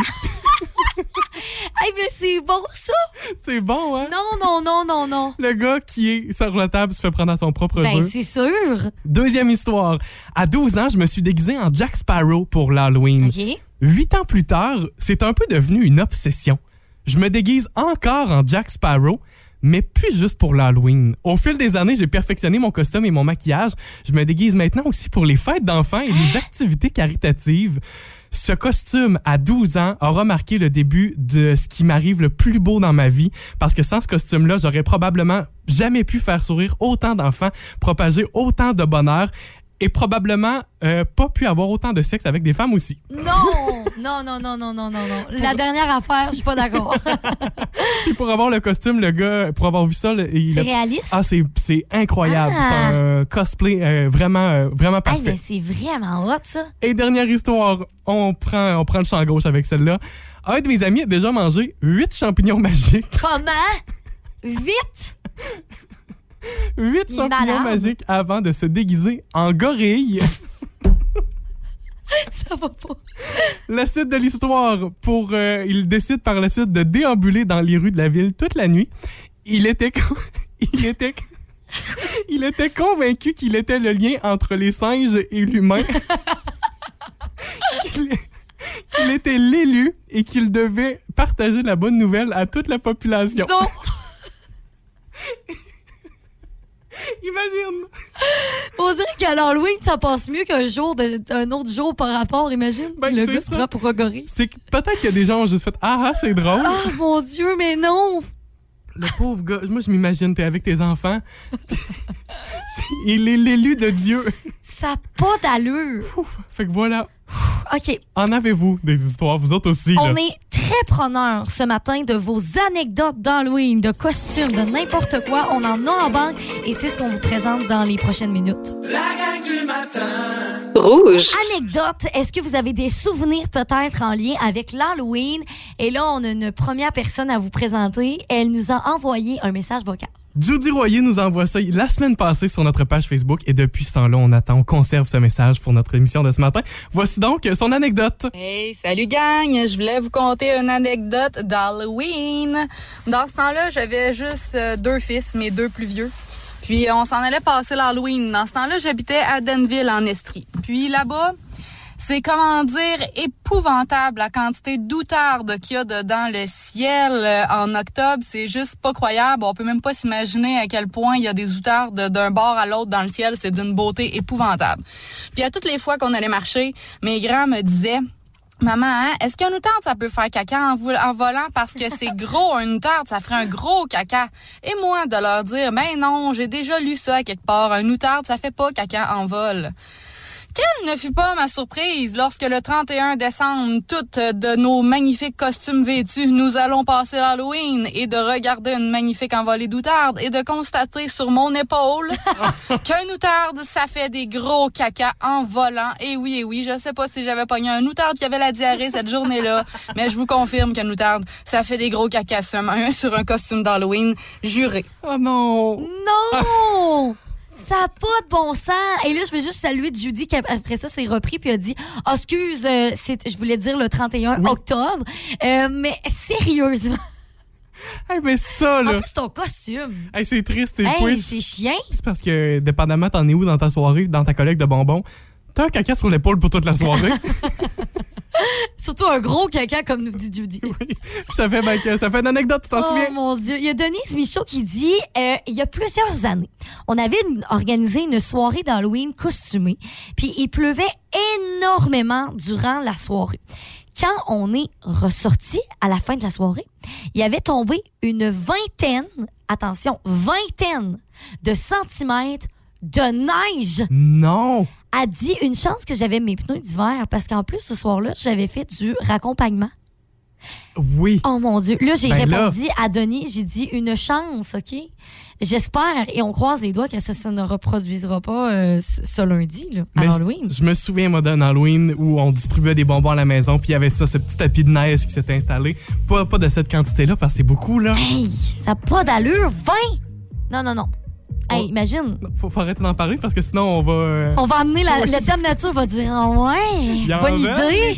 Hey, mais c'est bon, ça! C'est bon, hein? Non. Le gars qui est sur la table se fait prendre à son propre jeu. Ben, c'est sûr! Deuxième histoire. À 12 ans, je me suis déguisé en Jack Sparrow pour l'Halloween. OK. 8 ans plus tard, c'est un peu devenu une obsession. Je me déguise encore en Jack Sparrow, mais plus juste pour l'Halloween. Au fil des années, j'ai perfectionné mon costume et mon maquillage. Je me déguise maintenant aussi pour les fêtes d'enfants et les activités caritatives. Ce costume, à 12 ans, aura marqué le début de ce qui m'arrive le plus beau dans ma vie, parce que sans ce costume-là, j'aurais probablement jamais pu faire sourire autant d'enfants, propager autant de bonheur et probablement pas pu avoir autant de sexe avec des femmes aussi. Non! Non. La dernière affaire, je suis pas d'accord. Puis pour avoir le costume, le gars, pour avoir vu ça... C'est réaliste? Ah, c'est incroyable. C'est un cosplay vraiment parfait. Mais c'est vraiment hot, ça. Et dernière histoire, on prend le champ gauche avec celle-là. Un de mes amis a déjà mangé 8 champignons magiques. Comment? 8? 8 champignons magiques avant de se déguiser en gorille. Ça va pas. La suite de l'histoire, il décide par la suite de déambuler dans les rues de la ville toute la nuit. Il était convaincu qu'il était le lien entre les singes et l'humain. Qu'il était l'élu et qu'il devait partager la bonne nouvelle à toute la population. Non! Imagine! On dirait qu'à l'Halloween, ça passe mieux qu'un autre jour par rapport, imagine. Le gars se prend pour un gorille. C'est que peut-être qu'il y a des gens qui ont juste fait « Ah, c'est drôle! » Ah, mon Dieu, mais non! Le pauvre gars, moi je m'imagine, t'es avec tes enfants. Il est l'élu de Dieu. Ça n'a pas d'allure. Fait que voilà. OK. En avez-vous des histoires, vous autres aussi? On est très preneurs ce matin de vos anecdotes d'Halloween, de costumes, de n'importe quoi. On en a en banque et c'est ce qu'on vous présente dans les prochaines minutes. La gang du matin. Rouge. Anecdote, est-ce que vous avez des souvenirs peut-être en lien avec l'Halloween? Et là, on a une première personne à vous présenter. Elle nous a envoyé un message vocal. Judy Royer nous envoie ça la semaine passée sur notre page Facebook et depuis ce temps-là, on conserve ce message pour notre émission de ce matin. Voici donc son anecdote. Hey, salut gang! Je voulais vous conter une anecdote d'Halloween. Dans ce temps-là, j'avais juste 2 fils, mes 2 plus vieux. Puis on s'en allait passer l'Halloween. Dans ce temps-là, j'habitais à Denville, en Estrie. Puis là-bas, c'est, comment dire, épouvantable la quantité d'outardes qu'il y a dans le ciel en octobre. C'est juste pas croyable. On peut même pas s'imaginer à quel point il y a des outardes d'un bord à l'autre dans le ciel. C'est d'une beauté épouvantable. Puis à toutes les fois qu'on allait marcher, mes grands me disaient... Maman, est-ce qu'un outarde, ça peut faire caca en volant? Parce que c'est gros, un outarde, ça ferait un gros caca. Et moi, de leur dire, ben non, j'ai déjà lu ça quelque part. Un outarde, ça fait pas caca en vol. Quelle ne fut pas ma surprise lorsque le 31 décembre, toutes de nos magnifiques costumes vêtus, nous allons passer l'Halloween et de regarder une magnifique envolée d'outardes et de constater sur mon épaule qu'un outarde, ça fait des gros caca en volant. Et oui, je sais pas si j'avais pogné un outarde qui avait la diarrhée cette journée-là, mais je vous confirme qu'un outarde, ça fait des gros caca sur un costume d'Halloween, juré. Oh non! Non! Ça n'a pas de bon sens. Et là, je veux juste saluer Judy qui, après ça, s'est repris puis a dit « excuse, je voulais dire le 31 octobre. Mais sérieusement... » Hey, mais ça, là... En plus, ton costume... Hey, c'est triste, c'est chiant. C'est parce que, dépendamment, t'en es où dans ta soirée, dans ta collecte de bonbons, t'as un caca sur l'épaule pour toute la soirée. Surtout un gros caca, comme nous dit Judy. Oui. Ça fait une anecdote, tu t'en souviens? Oh mon Dieu. Il y a Denise Michaud qui dit il y a plusieurs années, on avait organisé une soirée d'Halloween costumée, puis il pleuvait énormément durant la soirée. Quand on est ressorti à la fin de la soirée, il y avait tombé une vingtaine de centimètres de neige. Non! A dit une chance que j'avais mes pneus d'hiver parce qu'en plus, ce soir-là, j'avais fait du raccompagnement. Oui. Oh mon Dieu. Là, j'ai répondu à Denis, j'ai dit une chance, OK? J'espère et on croise les doigts que ça ne reproduisera pas ce lundi, là, à Halloween. Je me souviens, moi, d'un Halloween où on distribuait des bonbons à la maison puis il y avait ça, ce petit tapis de neige qui s'était installé. Pas de cette quantité-là parce que c'est beaucoup, là. Hey, ça n'a pas d'allure. 20! Non. Hey, imagine. Faut arrêter d'en parler parce que sinon on va... On va amener la Dame Nature va dire bonne idée.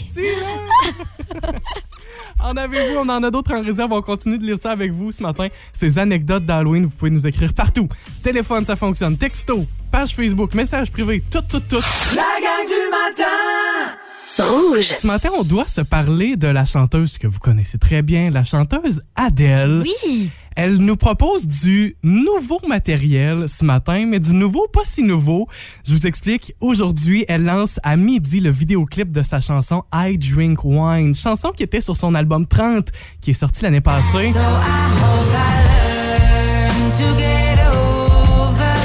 En avez-vous? On en a d'autres en réserve. On continue de lire ça avec vous ce matin. Ces anecdotes d'Halloween, vous pouvez nous écrire partout. Téléphone, ça fonctionne. Texto, page Facebook, message privé, tout. La gang du matin! Rouge. Ce matin, on doit se parler de la chanteuse que vous connaissez très bien, la chanteuse Adele. Oui. Elle nous propose du nouveau matériel ce matin, mais du nouveau, pas si nouveau. Je vous explique. Aujourd'hui, elle lance à midi le vidéoclip de sa chanson I Drink Wine, chanson qui était sur son album 30, qui est sorti l'année passée. So I hope I learn to get over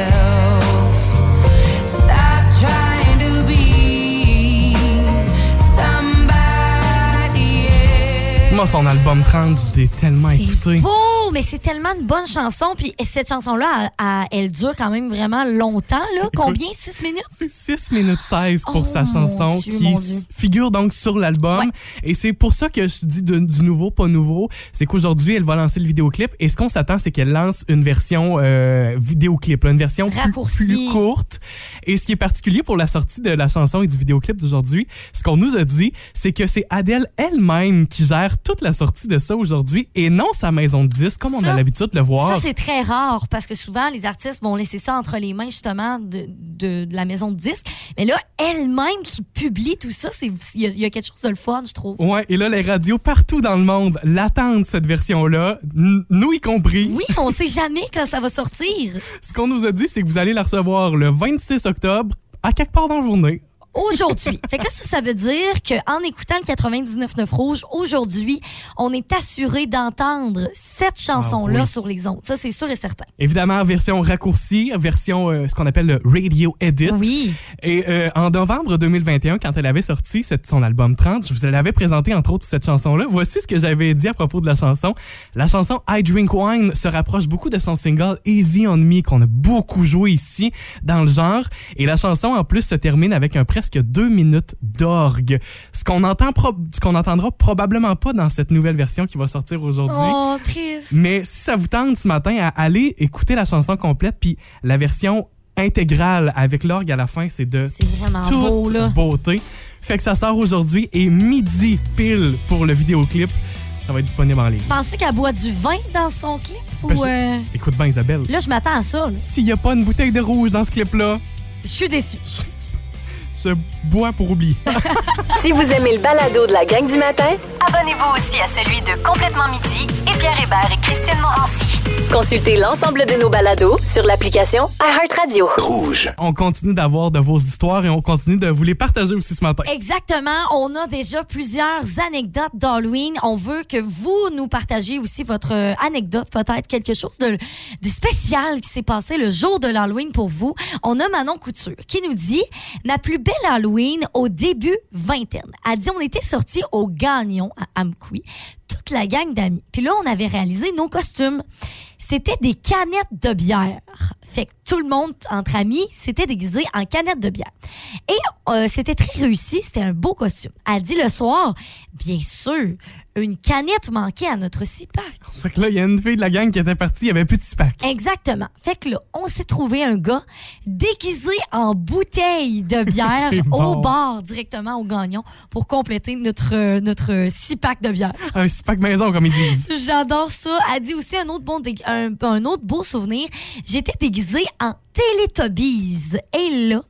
myself. Stop trying to be Oh, son album 30, je l'ai tellement écouté. C'est beau, mais c'est tellement une bonne chanson. Puis cette chanson-là, elle dure quand même vraiment longtemps. Là. Combien? 6 minutes? C'est 6 minutes 16 pour sa chanson Dieu, qui mon Dieu. figure donc sur l'album. Ouais. Et c'est pour ça que je dis du nouveau, pas nouveau. C'est qu'aujourd'hui, elle va lancer le vidéoclip. Et ce qu'on s'attend, c'est qu'elle lance une version vidéoclip, là, une version plus courte. Et ce qui est particulier pour la sortie de la chanson et du vidéoclip d'aujourd'hui, ce qu'on nous a dit, c'est que c'est Adèle elle-même qui gère toute la sortie de ça aujourd'hui et non sa maison de disques, comme on a l'habitude de le voir. Ça, c'est très rare parce que souvent, les artistes vont laisser ça entre les mains, justement, de la maison de disques. Mais là, elle-même qui publie tout ça, il y a quelque chose de le fun, je trouve. Ouais, et là, les radios partout dans le monde l'attendent, cette version-là, nous y compris. Oui, on sait jamais quand ça va sortir. Ce qu'on nous a dit, c'est que vous allez la recevoir le 26 octobre, à quelque part dans la journée. Aujourd'hui. Fait que là, ça veut dire qu'en écoutant le 99.9 Rouge, aujourd'hui, on est assuré d'entendre cette chanson-là sur les ondes. Ça, c'est sûr et certain. Évidemment, version raccourcie, version ce qu'on appelle le Radio Edit. Oui. Et en novembre 2021, quand elle avait sorti son album 30, je vous l'avais présenté, entre autres, cette chanson-là. Voici ce que j'avais dit à propos de la chanson. La chanson I Drink Wine se rapproche beaucoup de son single Easy on Me, qu'on a beaucoup joué ici dans le genre. Et la chanson, en plus, se termine avec un presque 2 minutes d'orgue. Ce qu'on n'entendra probablement pas dans cette nouvelle version qui va sortir aujourd'hui. Oh, triste. Mais si ça vous tente ce matin à aller écouter la chanson complète, puis la version intégrale avec l'orgue à la fin, c'est vraiment toute beau, là. Beauté. Fait que ça sort aujourd'hui et midi pile pour le vidéoclip. Ça va être disponible en ligne. Penses-tu qu'elle boit du vin dans son clip? Écoute bien, Isabelle. Là, je m'attends à ça. S'il n'y a pas une bouteille de rouge dans ce clip-là... Je suis déçue. Je bois pour oublier. Si vous aimez le balado de la gang du matin, abonnez-vous aussi à celui de Complètement Midi et Pierre Hébert et Christine Morancy. Consultez l'ensemble de nos balados sur l'application iHeartRadio. Rouge. On continue d'avoir de vos histoires et on continue de vous les partager aussi ce matin. Exactement. On a déjà plusieurs anecdotes d'Halloween. On veut que vous nous partagiez aussi votre anecdote, peut-être quelque chose de spécial qui s'est passé le jour de l'Halloween pour vous. On a Manon Couture qui nous dit « Ma plus belle Halloween au début vingtaine. » Elle dit « On était sortis au Gagnon à Amqui, toute la gang d'amis. Puis là, on avait réalisé nos costumes. C'était des canettes de bière. Fait que tout le monde, entre amis, s'était déguisé en canettes de bière. Et c'était très réussi. C'était un beau costume. Elle dit le soir, bien sûr, une canette manquait à notre six-pack. Fait que là, il y a une fille de la gang qui était partie, il n'y avait plus de six-pack. Exactement. Fait que là, on s'est trouvé un gars déguisé en bouteille de bière au bar, directement au Gagnon, pour compléter notre six-pack de bière. Un six-pack maison, comme ils disent. J'adore ça. Elle dit aussi un autre beau souvenir. J'étais déguisée en Teletubbies. Et là,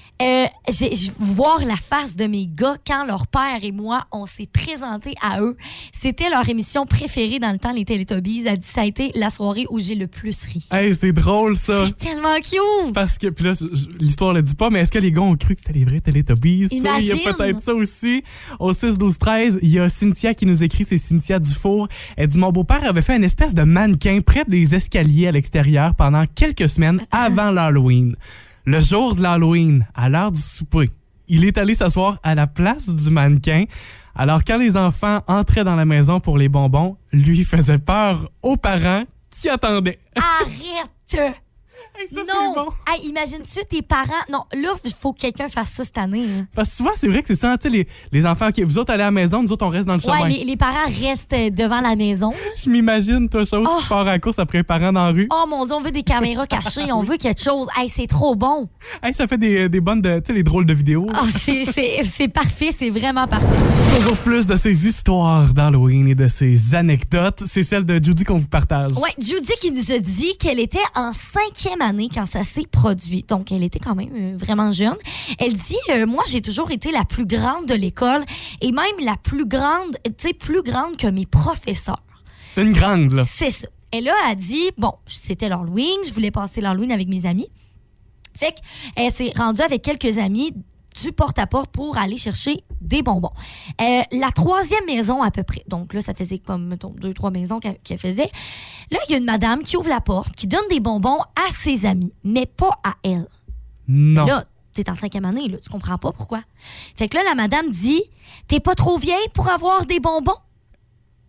j'ai voir la face de mes gars quand leur père et moi, on s'est présentés à eux. C'était leur émission préférée dans le temps, les Teletubbies. Elle dit ça a été la soirée où j'ai le plus ri. Hey, c'est drôle, ça. C'est tellement cute. Parce que, puis là, l'histoire le dit pas, mais est-ce que les gars ont cru que c'était les vrais Teletubbies? Imagine. Il y a peut-être ça aussi. Au 6-12-13, il y a Cynthia qui nous écrit, c'est Cynthia Dufour. Elle dit, mon beau-père avait fait une espèce de mannequin près des escaliers à l'extérieur pendant quelques semaines avant l'Halloween. Le jour de l'Halloween, à l'heure du souper, il est allé s'asseoir à la place du mannequin. Alors, quand les enfants entraient dans la maison pour les bonbons, lui faisait peur aux parents qui attendaient. Arrête! Hey, ça, non! C'est bon. Hey, imagines-tu tes parents... Non, là, il faut que quelqu'un fasse ça cette année. Hein. Parce que souvent, c'est vrai que c'est ça, tu sais, les enfants, OK, vous autres allez à la maison, nous autres, on reste dans le jardin. Ouais, les parents restent devant la maison. Je m'imagine, toi, chose qui part à la course après les parents dans la rue. Oh mon Dieu, on veut des caméras cachées, on veut quelque chose. Hey, c'est trop bon. Hey, ça fait des bonnes, tu sais, les drôles de vidéos. Oh, c'est parfait, c'est vraiment parfait. Toujours plus de ces histoires d'Halloween et de ces anecdotes. C'est celle de Judy qu'on vous partage. Ouais, Judy qui nous a dit qu'elle était en 5e année quand ça s'est produit. Donc, elle était quand même vraiment jeune. Elle dit, moi, j'ai toujours été la plus grande de l'école et même la plus grande, tu sais, plus grande que mes professeurs. Une grande, là. C'est ça. Et là, elle a dit, bon, c'était l'Halloween, je voulais passer l'Halloween avec mes amis. Fait qu'elle s'est rendue avec quelques amis du porte-à-porte pour aller chercher des bonbons. La 3e maison à peu près, donc là, ça faisait comme, mettons, 2-3 maisons qu'elle faisait. Là, il y a une madame qui ouvre la porte, qui donne des bonbons à ses amis, mais pas à elle. Non. Là, t'es en 5e année, là, tu comprends pas pourquoi. Fait que là, la madame dit, t'es pas trop vieille pour avoir des bonbons?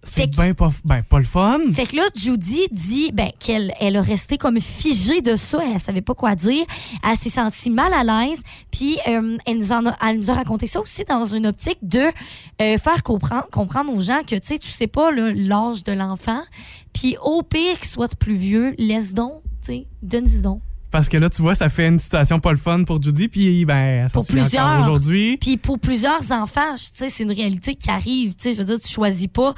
C'est bien pas le fun. Fait que là, Judy dit qu'elle a resté comme figée de ça. Elle savait pas quoi dire. Elle s'est sentie mal à l'aise. Puis elle nous a raconté ça aussi dans une optique de faire comprendre aux gens que tu sais pas là, l'âge de l'enfant. Puis au pire qu'il soit plus vieux, laisse donc, donne-y donc. Parce que là, tu vois, ça fait une situation pas le fun pour Judy, puis elle s'en souvient encore aujourd'hui. Puis pour plusieurs enfants, tu sais, c'est une réalité qui arrive. Tu sais, je veux dire, tu choisis pas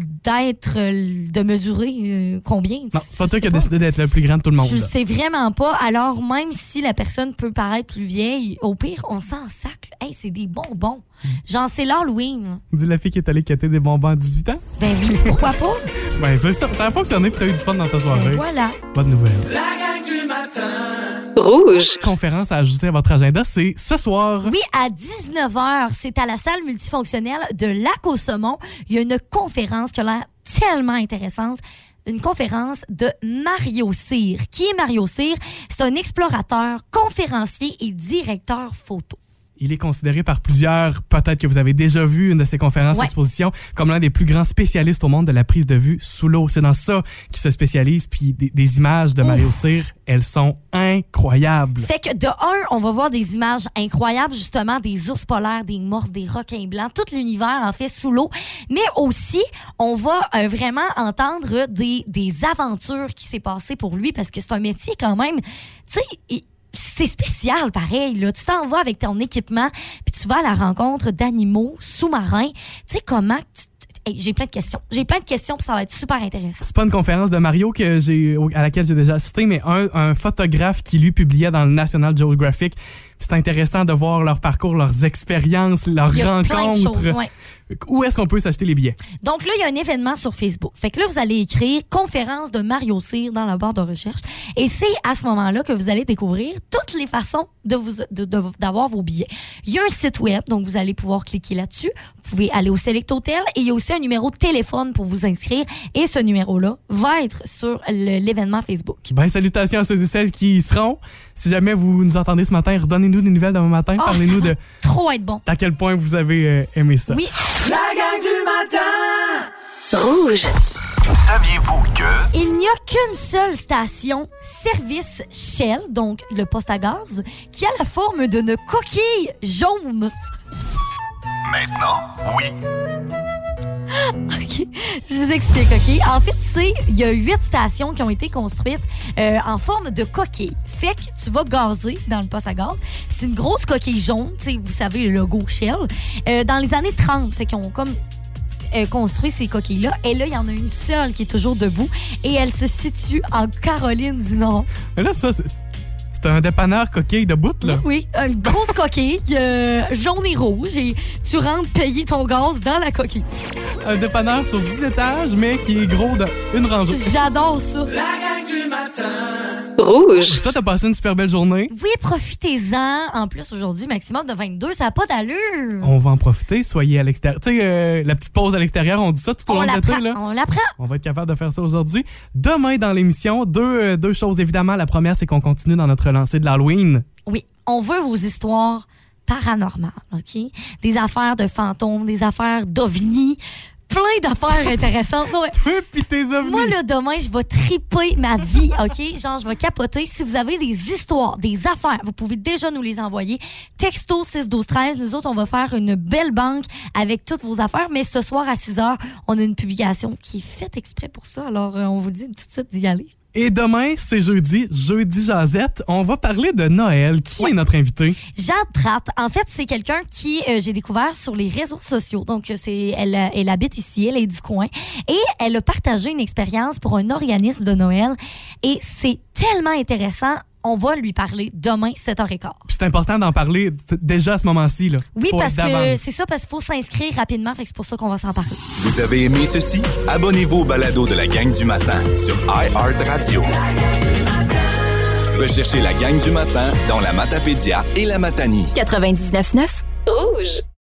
de mesurer combien. Non, c'est pas toi qui as décidé d'être le plus grand de tout le monde. Je sais vraiment pas. Alors, même si la personne peut paraître plus vieille, au pire, on s'en sac. Hey, c'est des bonbons. Genre, c'est l'Halloween. Dis la fille qui est allée quêter des bonbons à 18 ans? Ben oui, pourquoi pas? Ben c'est ça. Ça a fonctionné puis t'as eu du fun dans ta soirée. Ben voilà. Bonne nouvelle. La gang du matin. Rouge. Conférence à ajouter à votre agenda, c'est ce soir. Oui, à 19h, c'est à la salle multifonctionnelle de Lac-au-Saumon. Il y a une conférence qui a l'air tellement intéressante. Une conférence de Mario Cyr. Qui est Mario Cyr? C'est un explorateur, conférencier et directeur photo. Il est considéré par plusieurs, peut-être que vous avez déjà vu une de ses conférences expositions, comme l'un des plus grands spécialistes au monde de la prise de vue sous l'eau. C'est dans ça qu'il se spécialise. Puis des images de Mario Cyr, elles sont incroyables. Fait que de un, on va voir des images incroyables, justement, des ours polaires, des morses, des requins blancs, tout l'univers, en fait, sous l'eau. Mais aussi, on va vraiment entendre des aventures qui s'est passées pour lui, parce que c'est un métier quand même, tu sais, c'est spécial, pareil. Là. Tu t'en vas avec ton équipement, puis tu vas à la rencontre d'animaux sous-marins. Tu sais, comment... j'ai plein de questions. J'ai plein de questions, puis ça va être super intéressant. C'est pas une conférence de Mario à laquelle j'ai déjà assisté, mais un photographe qui, lui, publiait dans le National Geographic. C'est intéressant de voir leur parcours, leurs expériences, leurs rencontres. Plein de choses, Où est-ce qu'on peut s'acheter les billets? Donc là, il y a un événement sur Facebook. Fait que là, vous allez écrire « Conférence de Mario Cyr » dans la barre de recherche. Et c'est à ce moment-là que vous allez découvrir toutes les façons d'avoir vos billets. Il y a un site web, donc vous allez pouvoir cliquer là-dessus. Vous pouvez aller au Select Hotel et il y a aussi un numéro de téléphone pour vous inscrire. Et ce numéro-là va être sur l'événement Facebook. Ben, salutations à ceux et celles qui y seront. Si jamais vous nous entendez ce matin, redonnez-nous des nouvelles demain matin. Parlez-nous de trop être bon. À quel point vous avez aimé ça. Oui. La gang du matin. Rouge. Saviez-vous que... Il n'y a qu'une seule station service Shell, donc le poste à gaz, qui a la forme d'une coquille jaune. Maintenant, oui. OK. Je vous explique, OK? En fait, il y a 8 stations qui ont été construites en forme de coquille. Fait que tu vas gazer dans le poste à gaz. Puis c'est une grosse coquille jaune, tu sais, vous savez, le logo Shell. Dans les années 30, fait qu'ils ont comme construit ces coquilles-là. Et là, il y en a une seule qui est toujours debout. Et elle se situe en Caroline du Nord. Mais là, ça, c'est un dépanneur coquille de bout, là. Oui, une grosse coquille jaune et rouge. Et tu rentres payer ton gaz dans la coquille. Un dépanneur sur 10 étages, mais qui est gros d'une rangée. J'adore ça. La gang du matin. Rouge. Ça, t'as passé une super belle journée. Oui, profitez-en. En plus, aujourd'hui, maximum de 22, ça n'a pas d'allure. On va en profiter. Soyez à l'extérieur. Tu sais, la petite pause à l'extérieur, on dit ça tout au long de l'été, là. On l'apprend. On va être capable de faire ça aujourd'hui. Demain, dans l'émission, deux choses, évidemment. La première, c'est qu'on continue dans notre lancée de l'Halloween. Oui, on veut vos histoires paranormales, OK? Des affaires de fantômes, des affaires d'ovnis. Plein d'affaires intéressantes. Ouais. Toi pis tes ovnis. Moi, là, demain, je vais triper ma vie, OK? Genre, je vais capoter. Si vous avez des histoires, des affaires, vous pouvez déjà nous les envoyer. Texto 61213. Nous autres, on va faire une belle banque avec toutes vos affaires. Mais ce soir, à 6h, on a une publication qui est faite exprès pour ça. Alors, on vous dit tout de suite d'y aller. Et demain, c'est jeudi Jazette. On va parler de Noël. Qui est notre invité? Jade Pratt. En fait, c'est quelqu'un qui j'ai découvert sur les réseaux sociaux. Donc, elle habite ici, elle est du coin. Et elle a partagé une expérience pour un organisme de Noël. Et c'est tellement intéressant. On va lui parler demain, 7h15. C'est important d'en parler déjà à ce moment-ci, là. Oui, parce que c'est ça, parce qu'il faut s'inscrire rapidement. Fait que c'est pour ça qu'on va s'en parler. Vous avez aimé ceci? Abonnez-vous au balado de la gang du matin sur iHeartRadio. Recherchez la gang du matin dans la Matapédia et la Matanie. 99.9 Rouge.